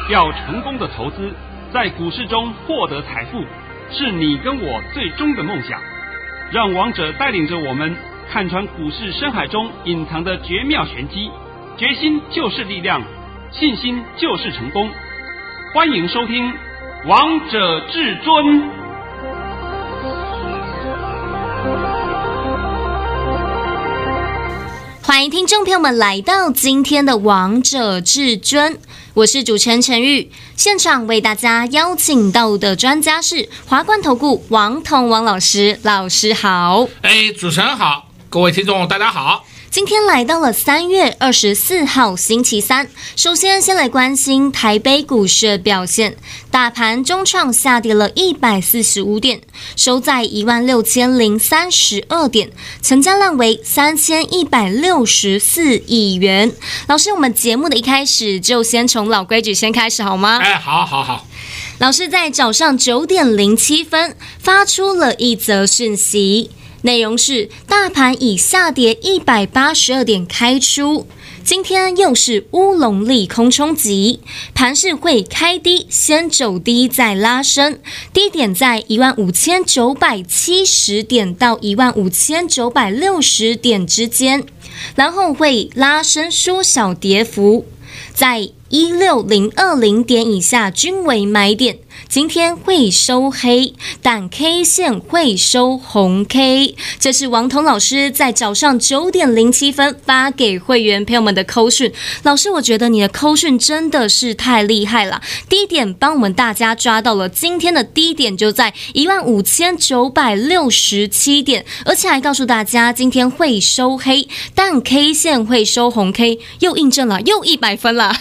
要成功的投资，在股市中获得财富，是你跟我最终的梦想。让王者带领着我们看穿股市深海中隐藏的绝妙玄机，决心就是力量，信心就是成功。欢迎收听《王者至尊》。 欢迎听众朋友们来到今天的《王者至尊》，我是主持人陈玉。现场为大家邀请到的专家是华冠投顾王彤王老师，老师好。 主持人好，各位听众大家好。 今天来到了3月24号星期三，首先来关心台北股市的表现，大盘中创下跌了145点，收在16032点，成交量为3164亿元。老师，我们节目的一开始就先从老规矩先开始好吗？ 好。 老师在早上9点07分发出了一则讯息，内容是大盘以下跌182点开出，今天又是乌龙利空冲击，盘势会开低，先走低再拉升，低点在15970点到15960点之间，然后会拉升缩小跌幅，在16020点以下均为买点，今天会收黑，但 K 线会收红 K。 这是王彤老师在早上9点07分发给会员朋友们的扣讯。老师，我觉得你的扣讯真的是太厉害了，低点帮我们大家抓到了，今天的低点就在15967点，而且还告诉大家今天会收黑，但 K 线会收红 K， 又印证了，又100分了。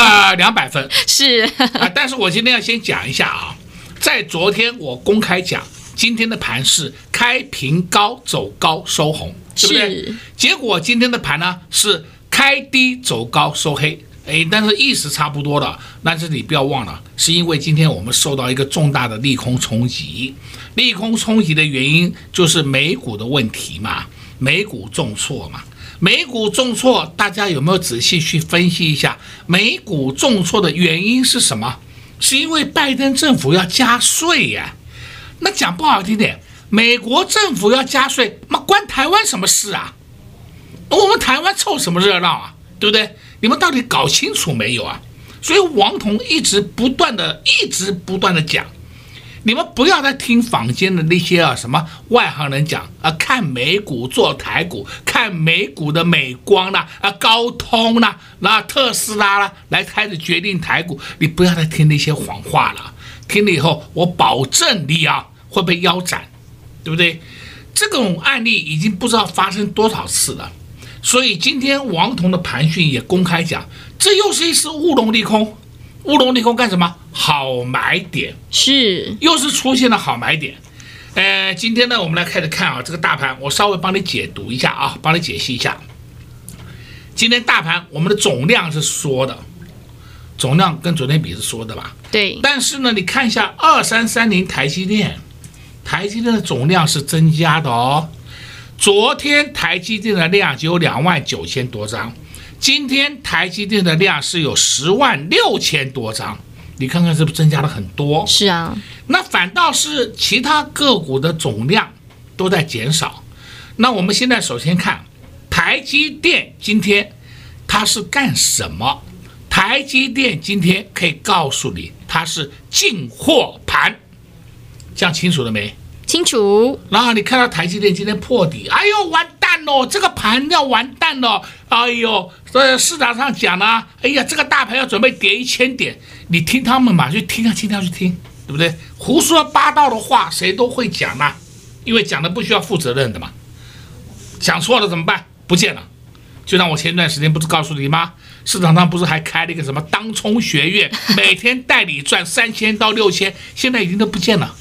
200分是但是我今天要先讲一下啊，在昨天我公开讲，今天的盘是开平高走高收红，对不对？结果今天的盘呢是开低走高收黑，但是意思差不多的。但是你不要忘了，是因为今天我们受到一个重大的利空冲击，利空冲击的原因就是美股的问题嘛，美股重挫嘛。美股重挫，大家有没有仔细去分析一下美股重挫的原因是什么？是因为拜登政府要加税呀。那讲不好听点，美国政府要加税，关台湾什么事啊？我们台湾凑什么热闹啊？对不对？你们到底搞清楚没有啊？所以王彤一直不断的讲，你们不要再听坊间的那些什么外行人讲看美股做台股，看美股的美光啦高通啦，那特斯拉啦，来开始决定台股。你不要再听那些谎话了，听了以后我保证你会被腰斩，对不对？这种案例已经不知道发生多少次了。所以今天王彤的盘讯也公开讲，这又是一次乌龙利空。乌龙利空干什么？好买点， 是又是出现了好买点。今天呢，我们来开始看这个大盘，我稍微帮你解读一下帮你解析一下。今天大盘我们的总量是缩的，总量跟昨天比是缩的吧？ 对。但是呢，你看一下2330台积电的总量是增加的哦。昨天台积电的量只有29000多张。今天台积电的量是有106000多张，你看看是不是增加了很多？ 是啊。 那反倒是其他个股的总量都在减少。那我们现在首先看台积电今天它是干什么？台积电今天可以告诉你，它是进货盘，这样清楚了没？ 清楚。 然后你看到台积电今天破底，哎呦完蛋了，这个盘要完蛋了，哎呦，市场上讲呢，哎呀，这个大盘要准备跌1000点，你听他们嘛，去听去听，对不对？胡说八道的话谁都会讲嘛，因为讲的不需要负责任的嘛，讲错了怎么办？不见了。就像我前段时间不是告诉你吗？市场上不是还开了一个什么当冲学院，每天带你赚3000到6000，现在已经都不见了。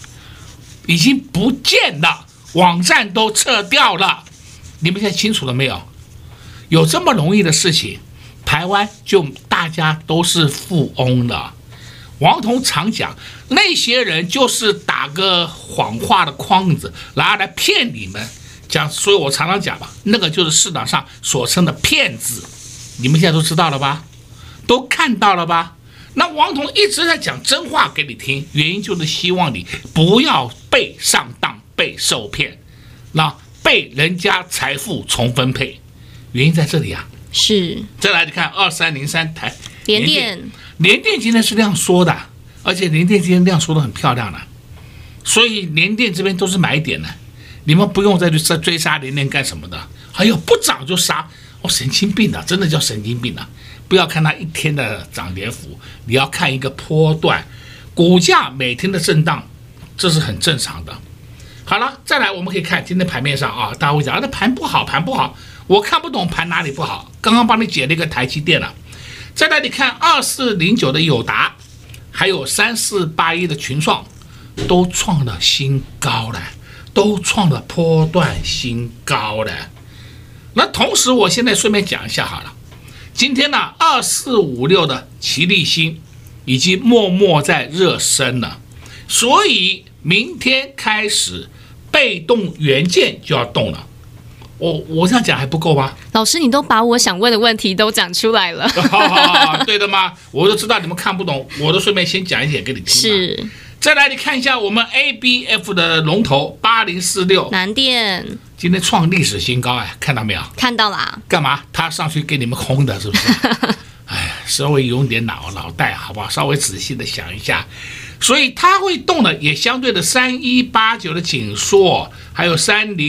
网站都撤掉了，你们现在清楚了没有？有这么容易的事情，台湾就大家都是富翁了。王彤常讲，那些人就是打个谎话的框子，然后来骗你们。所以我常常讲吧，那个就是市场上所称的骗子。你们现在都知道了吧？都看到了吧？ 那王彤一直在讲真话给你听，原因就是希望你不要被上当、被受骗，那被人家财富重分配，原因在这里啊。 是。 再来你看2303台联电今天是这样说的，而且联电今天这样说的很漂亮了，所以联电这边都是买点了，你们不用再去追杀联电干什么的，还有不涨就杀，神经病啊，真的叫神经病啊！不要看它一天的涨跌幅，你要看一个波段，股价每天的震荡，这是很正常的。好了，再来我们可以看今天盘面上啊，大家会讲那盘不好，我看不懂盘哪里不好，刚刚帮你解了一个台积电了。再来你看2409的友达，还有3481的群创，都创了新高了，都创了波段新高了。那同时我现在顺便讲一下好了，今天呢2456的奇力新已经默默在热身了，所以明天开始被动元件就要动了。我这样讲还不够吗？ 老师，你都把我想问的问题都讲出来了。 好，对的吗？我都知道你们看不懂，我都顺便先讲一点给你听。 是。 再来，你看一下我们 ABF 的龙头8046 南电， 今天创历史新高，哎，看到没有？ 看到啦。 干嘛？他上去给你们空的，是不是？哎，稍微用点脑袋，好不好？稍微仔细的想一下。所以它会动的，也相对的3189的景硕，还有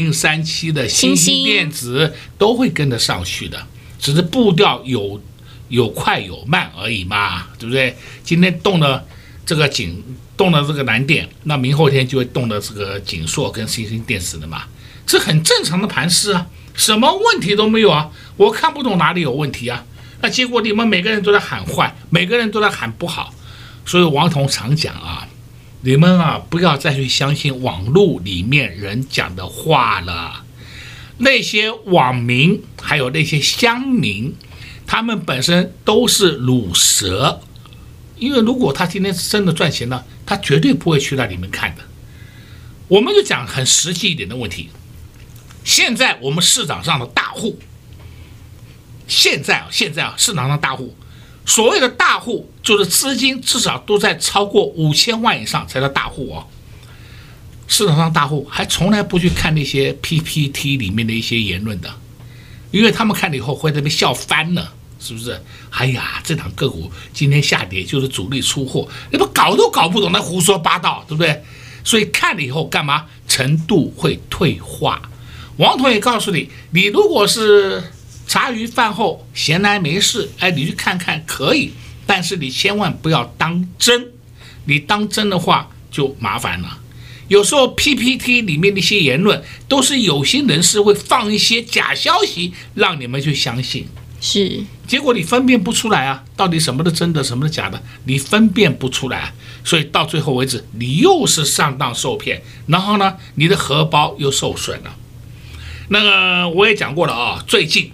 3037的新兴电子都会跟得上去的，只是步调有快有慢而已嘛，对不对？今天动了这个南电，那明后天就会动了这个景硕跟新兴电子的嘛，这很正常的盘势啊，什么问题都没有啊，我看不懂哪里有问题啊。那结果你们每个人都在喊坏，每个人都在喊不好。所以王彤常讲啊，你们啊不要再去相信网络里面人讲的话了。那些网民还有那些乡民，他们本身都是鲁蛇，因为如果他今天真的赚钱了，他绝对不会去那里面看的。我们就讲很实际一点的问题，现在我们市场上的大户，现在市场上大户，所谓的大户就是资金至少都在超过5000万以上才叫大户哦。市场上大户还从来不去看那些 PPT 里面的一些言论的，因为他们看了以后会在那边笑翻了，是不是？哎呀，这档个股今天下跌就是主力出货，你们搞都搞不懂，那胡说八道，对不对？所以看了以后干嘛？程度会退化。王彤也告诉你，你如果是茶余饭后闲来没事，哎，你去看看可以，但是你千万不要当真，你当真的话就麻烦了。有时候 PPT 里面的一些言论都是有心人士会放一些假消息让你们去相信， 是， 结果你分辨不出来啊，到底什么是真的，什么是假的，你分辨不出来，所以到最后为止，你又是上当受骗，然后呢，你的荷包又受损了。那个我也讲过了啊，最近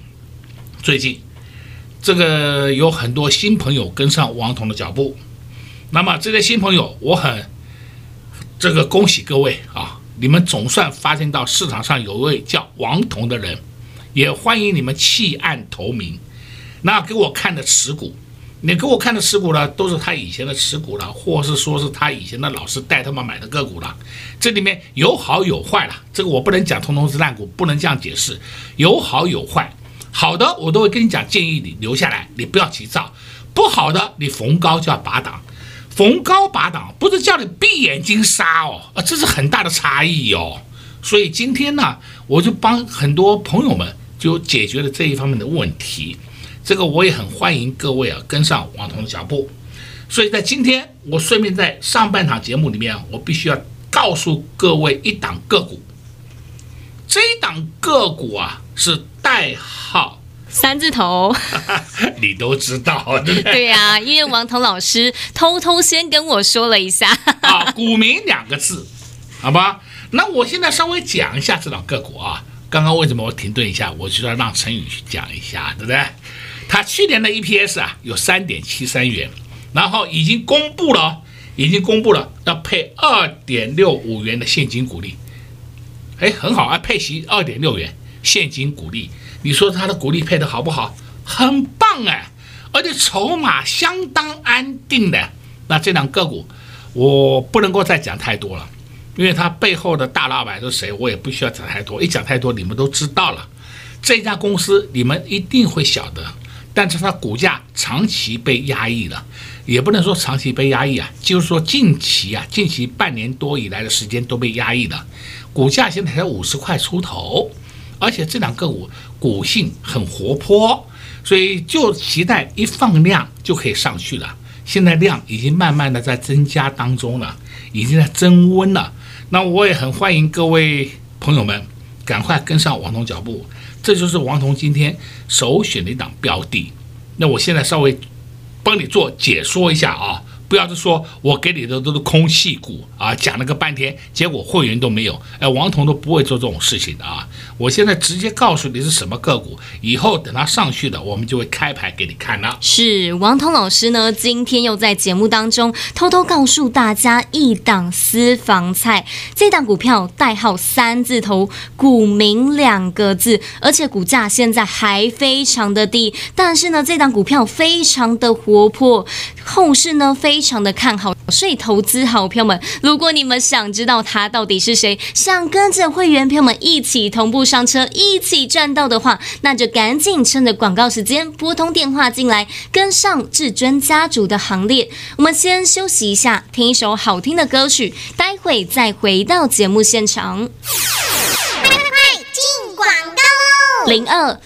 这个有很多新朋友跟上王彤的脚步，那么这些新朋友，我很这个恭喜各位啊，你们总算发现到市场上有一位叫王彤的人，也欢迎你们弃暗投明。那给我看的持股，你给我看的持股呢，都是他以前的持股了，或是说是他以前的老师带他们买的个股了。这里面有好有坏了，这个我不能讲通通是烂股，不能这样解释，有好有坏。好的我都会跟你讲，建议你留下来，你不要急躁；不好的你逢高就要拔档。逢高拔档不是叫你闭眼睛杀哦，这是很大的差异哦。所以今天呢，我就帮很多朋友们就解决了这一方面的问题。这个我也很欢迎各位啊跟上王彤的脚步。所以在今天，我顺便在上半场节目里面，我必须要告诉各位一档个股。这一档个股啊是代号 3字头， 你都知道，对不对？ 对呀，因为王彤老师偷偷先跟我说了一下啊，股民2个字，好吧？那我现在稍微讲一下这档个股啊。刚刚为什么我停顿一下？我就要让陈宇去讲一下，对不对？他去年的 EPS 啊有3.73元，然后已经公布了要配2.65元的现金股利，哎，很好啊，配息2.6元现金股利。你说他的股利配的好不好？很棒哎！ 而且筹码相当安定的，那这档个股我不能够再讲太多了，因为它背后的大老板是谁，我也不需要讲太多，一讲太多你们都知道了。这家公司你们一定会晓得，但是它股价长期被压抑了，也不能说长期被压抑啊，就是说近期半年多以来的时间都被压抑了，股价现在才50块出头，而且这两个股性很活泼，所以就期待一放量就可以上去了。现在量已经慢慢的在增加当中了，已经在增温了。那我也很欢迎各位朋友们赶快跟上王彤脚步，这就是王彤今天首选的一档标的。那我现在稍微帮你做解说一下啊，不要是说我给你的都是空气股啊，讲了个半天，结果会员都没有。王彤都不会做这种事情的啊。我现在直接告诉你是什么个股，以后等它上去了，我们就会开牌给你看了。 是王彤老师呢，今天又在节目当中偷偷告诉大家一档私房菜，这档股票代号3字头，股民2个字，而且股价现在还非常的低，但是呢，这档股票非常的活泼，后市呢非常的看好，所以投资好朋友们，如果你们想知道它到底是谁，想跟着会员朋友们一起同步上车，一起赚到的话，那就赶紧趁着广告时间拨通电话进来，跟上至尊家族的行列。我们先休息一下，听一首好听的歌曲，待会再回到节目现场。 快进广告喽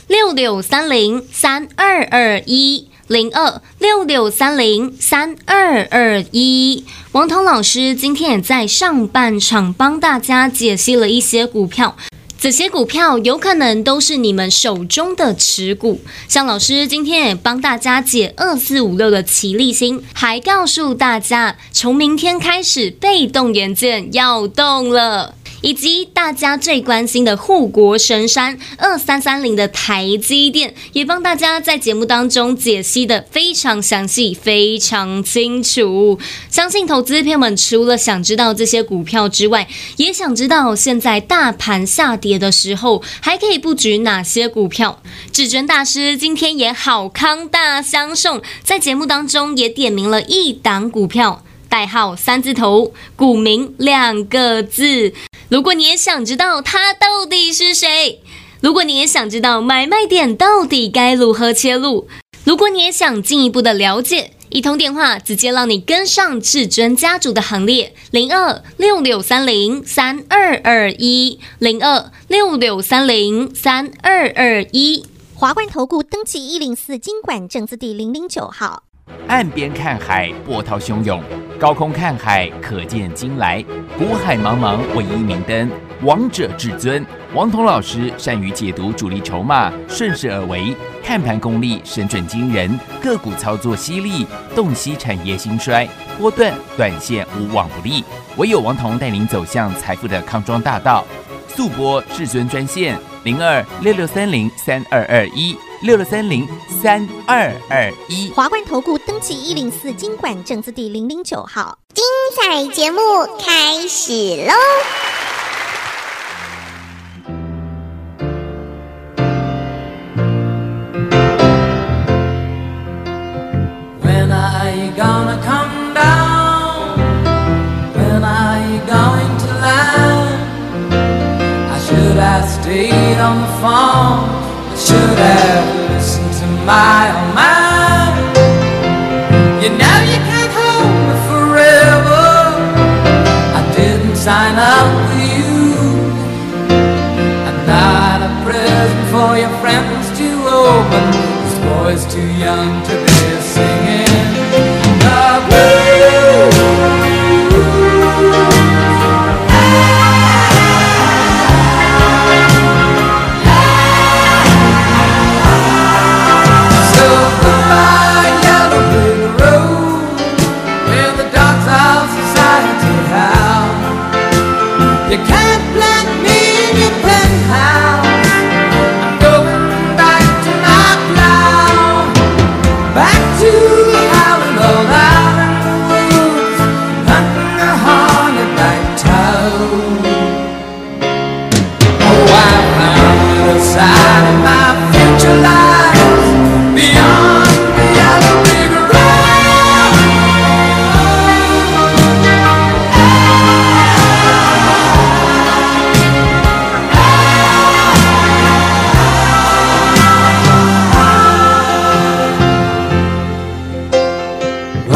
！02-6630-3221，02-6630-3221。王彤老师今天也在上半场帮大家解析了一些股票，这些股票有可能都是你们手中的持股，像老师今天也帮大家解2456的奇力新，还告诉大家从明天开始被动元件要动了，以及大家最关心的护国神山2330的台积电，也帮大家在节目当中解析的非常详细，非常清楚。相信投资朋友们除了想知道这些股票之外，也想知道现在大盘下跌的时候还可以布局哪些股票。至尊大师今天也好康大相送，在节目当中也点名了一档股票，代号3字头，股民2个字。如果你也想知道他到底是谁，如果你也想知道买卖点到底该如何切入，如果你也想进一步的了解，一通电话直接让你跟上至尊家族的行列，02-6630-3221，02-6630-3221。 华冠投顾登记104金管证字第009号。 岸边看海，波涛汹涌；高空看海，可见金来。股海茫茫，唯一明灯。王者至尊，王彤老师善于解读主力筹码，顺势而为，看盘功力神准惊人，个股操作犀利，洞悉产业兴衰，波段短线无往不利。唯有王彤带领走向财富的康庄大道。速播至尊专线02-6630-3221，6630-3221。 华冠投顾登记104金管证字第009号。精彩节目开始喽 ！When are you gonna come down? When are you going to land? I should have stayed on the phone. I should have listened to my old man. You know you can't hold me forever. I didn't sign up with you. I'm not a present for your friends to open. This boy's too young to be singing the blues. So goodbye, yellow brick road, where the dogs of society howl. You can't plant me in your penthouse. I'm going back to my plow. Back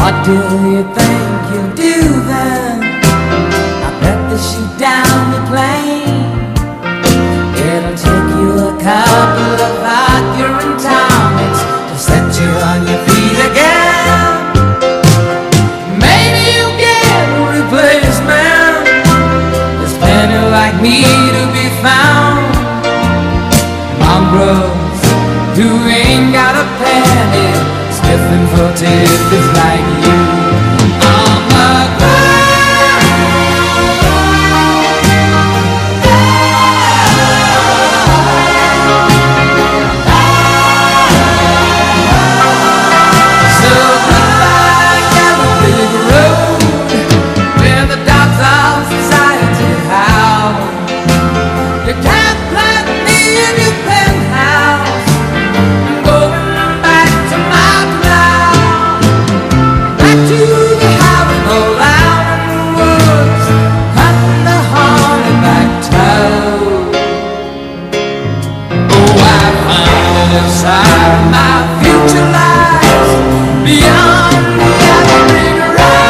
What do you think you'll do then? I bet they shoot down the plane. It'll take you a couple of accurate minutes to set you on your feet again. Maybe you'll get a replacement. There's plenty like me to be found. Mongrels who ain't got a penny, sniffing for tickets like you on the ground. So goodbye, yellow brick road, where the dogs of society howl. You can't plant me in your penthouse. I'm going back to my cloud, back to the house all out in the woods, cutting the hornback toad. Oh, I find inside my future lies beyond the yellow brick road.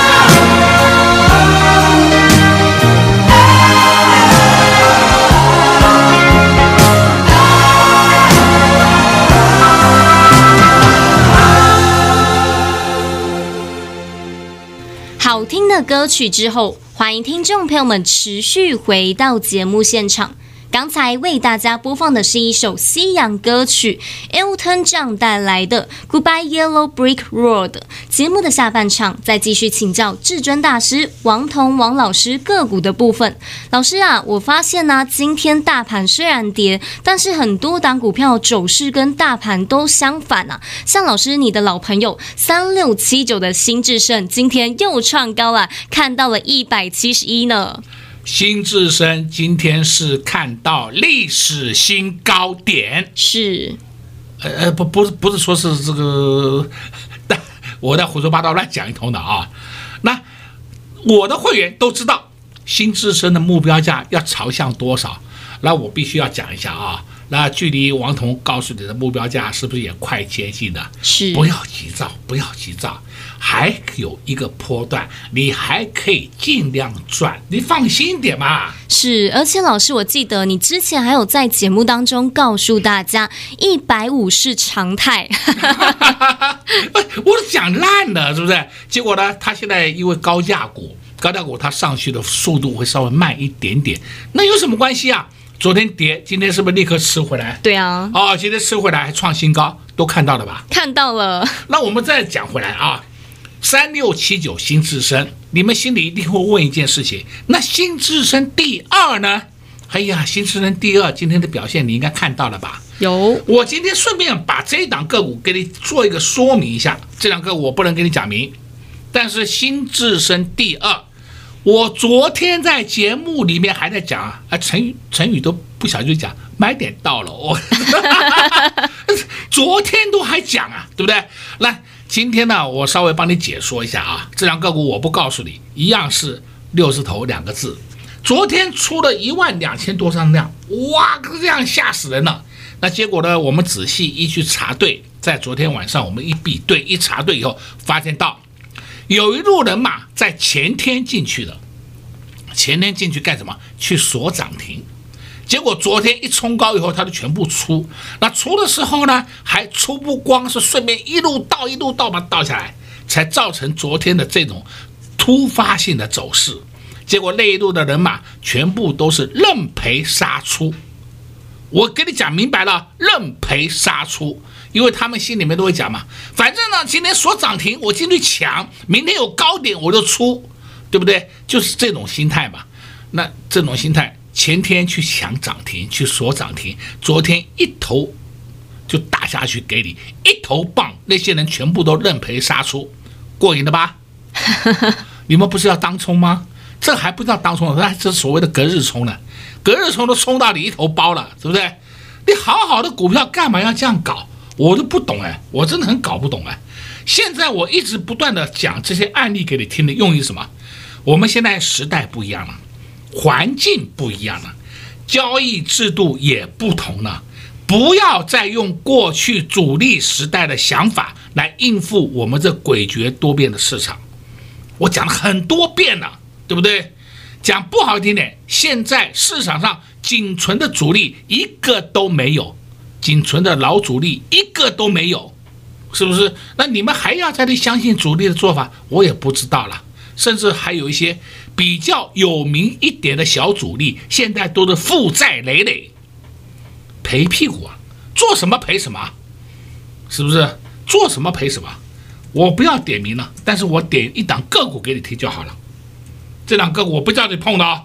好听的歌曲之后，欢迎听众朋友们持续回到节目现场。刚才为大家播放的是一首西洋歌曲 Elton John 带来的 Goodbye Yellow Brick Road。 节目的下半场再继续请教至尊大师王彤王老师个股的部分。老师啊，我发现呢，今天大盘虽然跌，但是很多档股票走势跟大盘都相反啊。像老师你的老朋友3679的新智胜今天又创高了，看到了171呢。 新智深今天是看到历史新高点， 是， 不是说是这个，我在胡说八道乱讲一通的啊。那我的会员都知道新智深的目标价要朝向多少，那我必须要讲一下啊。那距离王彤告诉你的目标价是不是也快接近了？ 是， 不要急躁，不要急躁，还有一个波段，你还可以尽量赚，你放心点嘛。 是，而且老师，我记得你之前还有在节目当中告诉大家，150是常态。 我讲烂了，是不是？结果呢，他现在因为高价股它上去的速度会稍微慢一点点，那有什么关系啊？昨天跌，今天是不是立刻吃回来？ 对啊。 哦，今天吃回来还创新高，都看到了吧？ 看到了。 那我们再讲回来啊，3679新智深，你们心里一定会问一件事情，那新智深第二呢？哎呀，新智深第二今天的表现你应该看到了吧？ 有。 我今天顺便把这一档个股给你做一个说明一下，这档个股我不能给你讲明，但是新智深第二。我昨天在节目里面还在讲啊，成语都不小心就讲买点到了，我昨天都还讲啊，对不对？来，今天呢，我稍微帮你解说一下啊，这两个股我不告诉你，一样是6字头2个字。昨天出了12000多张量，哇，这样吓死人了。那结果呢，我们仔细一去查对，在昨天晚上我们一比对一查对以后，发现到有一路人马在前天进去的，前天进去干什么？去锁涨停。结果昨天一冲高以后，它就全部出。那出的时候呢，还出不光是顺便一路倒把它倒下来，才造成昨天的这种突发性的走势。结果那一路的人马全部都是认赔杀出。我跟你讲明白了，认赔杀出。因为他们心里面都会讲嘛，反正呢今天锁涨停我进去抢，明天有高点我就出，对不对？就是这种心态嘛。那这种心态，前天去抢涨停去锁涨停，昨天一头就打下去给你一头棒，那些人全部都认赔杀出，过瘾了吧？你们不是要当冲吗？这还不知道当冲，这所谓的隔日冲呢，隔日冲都冲到你一头包了，对不对？你好好的股票干嘛要这样搞？我都不懂哎，我真的很搞不懂哎。现在我一直不断的讲这些案例给你听的用意是什么？我们现在时代不一样了，环境不一样了，交易制度也不同了， 不要再用过去主力时代的想法来应付我们这诡谲多变的市场。我讲了很多遍了，对不对？讲不好听点，现在市场上仅存的主力一个都没有，仅存的老主力一个都没有，是不是？那你们还要再去相信主力的做法，我也不知道了。甚至还有一些比较有名一点的小主力，现在都是负债累累，赔屁股啊！做什么赔什么，是不是？做什么赔什么？我不要点名了，但是我点一档个股给你听就好了。这档个股我不叫你碰的哦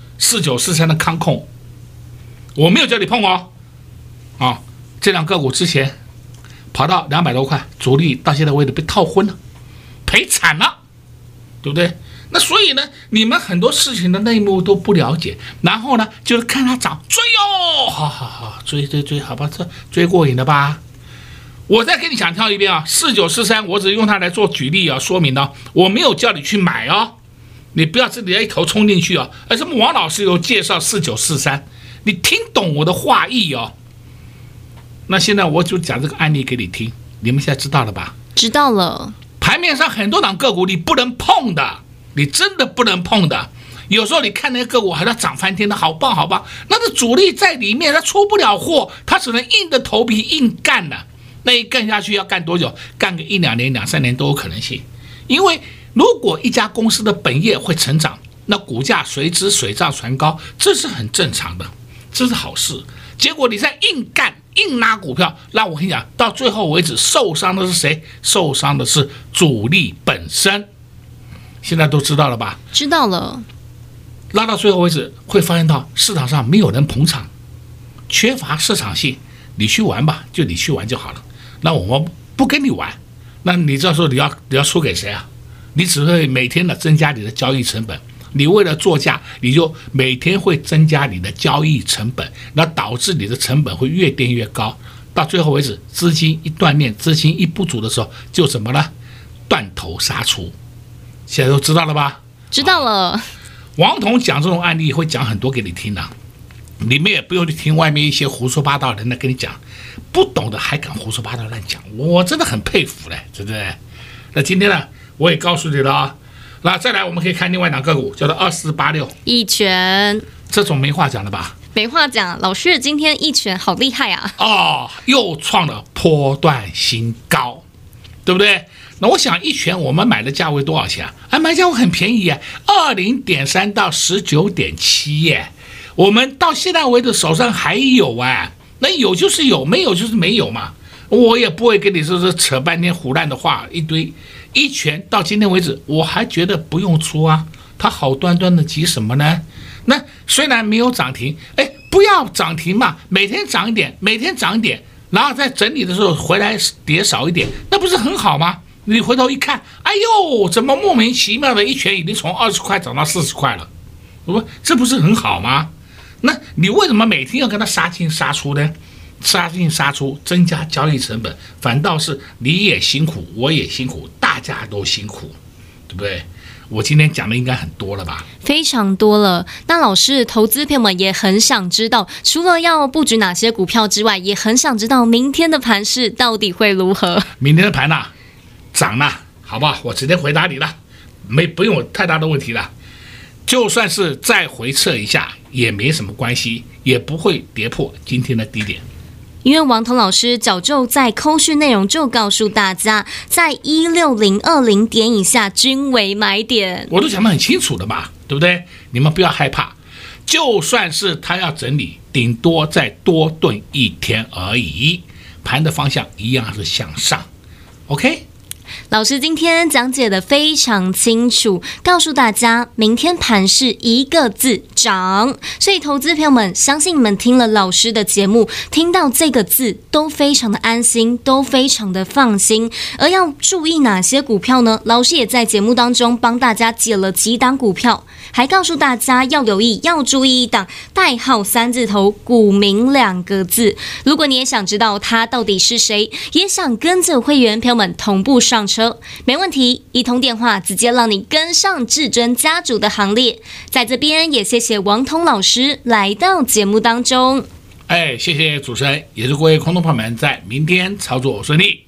，4943的康控，我没有叫你碰哦。这档个股之前跑到200多块，主力到现在为止被套昏了，赔惨了，对不对？那所以呢，你们很多事情的内幕都不了解，然后呢，就是看它涨，追哦，好，追，好吧，这追过瘾了吧？我再给你讲跳一遍啊，4943，我只用它来做举例啊，说明呢，我没有叫你去买哦，你不要自己一头冲进去哦。而什么王老师有介绍4943，你听懂我的话意哦。那现在我就讲这个案例给你听，你们现在知道了吧？ 知道了。 盘面上很多档个股你不能碰的，你真的不能碰的。有时候你看那个个股还要涨翻天的，好棒，那是主力在里面，他出不了货，他只能硬着头皮硬干了。那一干下去要干多久？干个1、2年、2、3年都有可能性。因为如果一家公司的本业会成长，那股价随之水涨船高，这是很正常的，这是好事。结果你在硬干硬拉股票，那我跟你讲，到最后为止受伤的是谁？受伤的是主力本身。现在都知道了吧？ 知道了。 拉到最后为止，会发现到市场上没有人捧场，缺乏市场性。你去玩吧，就你去玩就好了。那我们不跟你玩，那你这时候你要输给谁啊？你只会每天的增加你的交易成本。你为了做价，你就每天会增加你的交易成本，那导致你的成本会越垫越高。到最后为止，资金一断裂，资金一不足的时候，就怎么呢？断头杀出。现在都知道了吧？ 知道了。 王彤讲这种案例会讲很多给你听的，你们也不用去听外面一些胡说八道的人来跟你讲，不懂的还敢胡说八道乱讲，我真的很佩服嘞，对不对？那今天呢，我也告诉你了啊。那再来，我们可以看另外一档个股，叫做2486 一拳， 这种没话讲了吧？ 没话讲，老师今天一拳好厉害啊！ 哦，又创了波段新高，对不对？那我想一拳我们买的价位多少钱啊？买价位很便宜耶，20.3到19.7耶。我们到现在为止手上还有啊，那有就是有，没有就是没有嘛。我也不会跟你说扯半天胡乱的话一堆。一拳到今天为止，我还觉得不用出啊，它好端端的急什么呢？那虽然没有涨停，不要涨停嘛，每天涨一点，每天涨一点，然后在整理的时候回来跌少一点，那不是很好吗？你回头一看，哎呦，怎么莫名其妙的一拳已经从20块涨到40块了？这不是很好吗？那你为什么每天要跟他杀进杀出呢？杀进杀出，增加交易成本，反倒是你也辛苦，我也辛苦，大家都辛苦，对不对？我今天讲的应该很多了吧？ 非常多了。那老师，投资朋友们也很想知道，除了要布局哪些股票之外，也很想知道明天的盘势到底会如何？ 明天的盘啊，涨了，好不好？我直接回答你了，不用有太大的问题了。就算是再回撤一下，也没什么关系，也不会跌破今天的低点。 因为王彤老师早就在扣讯内容就告诉大家，在16020点以下均为买点， 我都讲得很清楚的嘛，对不对？你们不要害怕，就算是他要整理，顶多再多炖一天而已，盘的方向一样是向上。 OK， 老师今天讲解的非常清楚，告诉大家明天盘势一个字涨，所以投资朋友们，相信你们听了老师的节目，听到这个字都非常的安心，都非常的放心。而要注意哪些股票呢？老师也在节目当中帮大家解了几档股票，还告诉大家要留意，要注意一档代号3字头，股民2个字。如果你也想知道他到底是谁，也想跟着会员朋友们同步上车，没问题，一通电话直接让你跟上至尊家族的行列。在这边也谢谢王彤老师来到节目当中。 哎，谢谢主持人，也祝各位空头朋友们在明天操作顺利。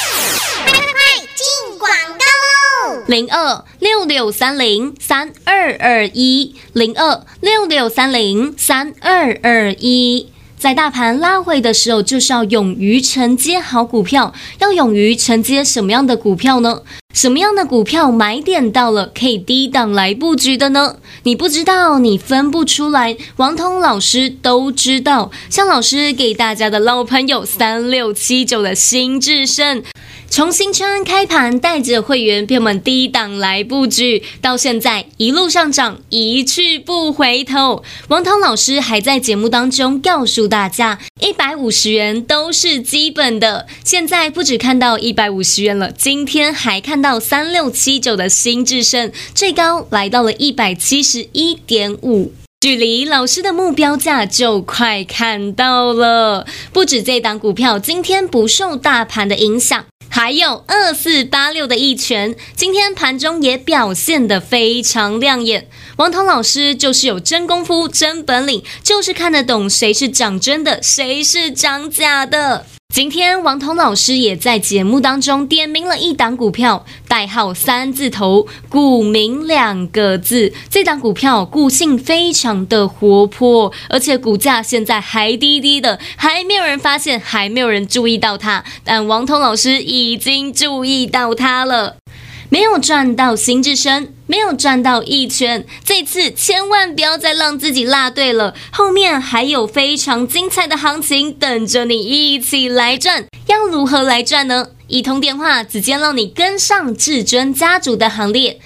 0266303221，0266303221。在大盘拉回的时候，就是要勇于承接好股票。要勇于承接什么样的股票呢？什么样的股票买点到了可以低档来布局的呢？你不知道，你分不出来，王彤老师都知道。像老师给大家的老朋友3679的新智胜，从新春开盘带着会员朋友们低档来布局，到现在一路上涨，一去不回头。王彤老师还在节目当中告诉大家，150元都是基本的。现在不只看到150元了，今天还看到3679的新智胜，最高来到了171.5。距离老师的目标价就快看到了。不止这档股票今天不受大盘的影响，还有2486的一拳，今天盘中也表现得非常亮眼。王彤老师就是有真功夫、真本领，就是看得懂谁是涨真的，谁是涨假的。今天王彤老师也在节目当中点名了一档股票，代号3字头，股民2个字。这档股票股性非常的活泼，而且股价现在还低低的，还没有人发现，还没有人注意到它，但王彤老师已经注意到它了。没有赚到新智胜，没有赚到一拳，这次千万不要再让自己落队了，后面还有非常精彩的行情等着你一起来赚。要如何来赚呢？一通电话直接让你跟上至尊家族的行列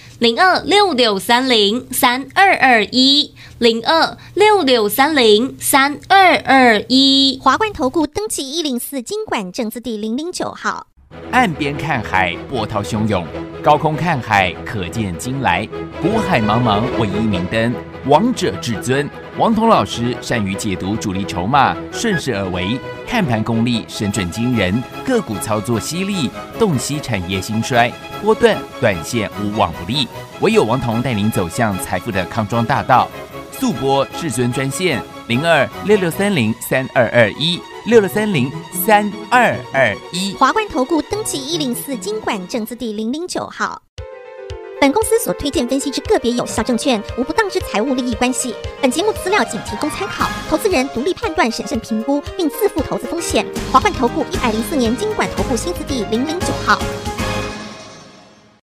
，0266303221，0266303221。 华冠投顾登记104金管证字第009号。 岸边看海，波涛汹涌；高空看海，可见金来。股海茫茫，唯一明灯。王者至尊，王彤老师善于解读主力筹码，顺势而为，看盘功力神准惊人，个股操作犀利，洞悉产业兴衰，波段短线无往不利。唯有王彤带领走向财富的康庄大道。速播至尊专线0266303221，66303221。 华冠投顾登记104金管证字第009号。本公司所推荐分析之个别有效证券，无不当之财务利益关系。本节目资料仅提供参考，投资人独立判断、审慎评估，并自负投资风险。华冠投顾104年金管投顾新字第009号。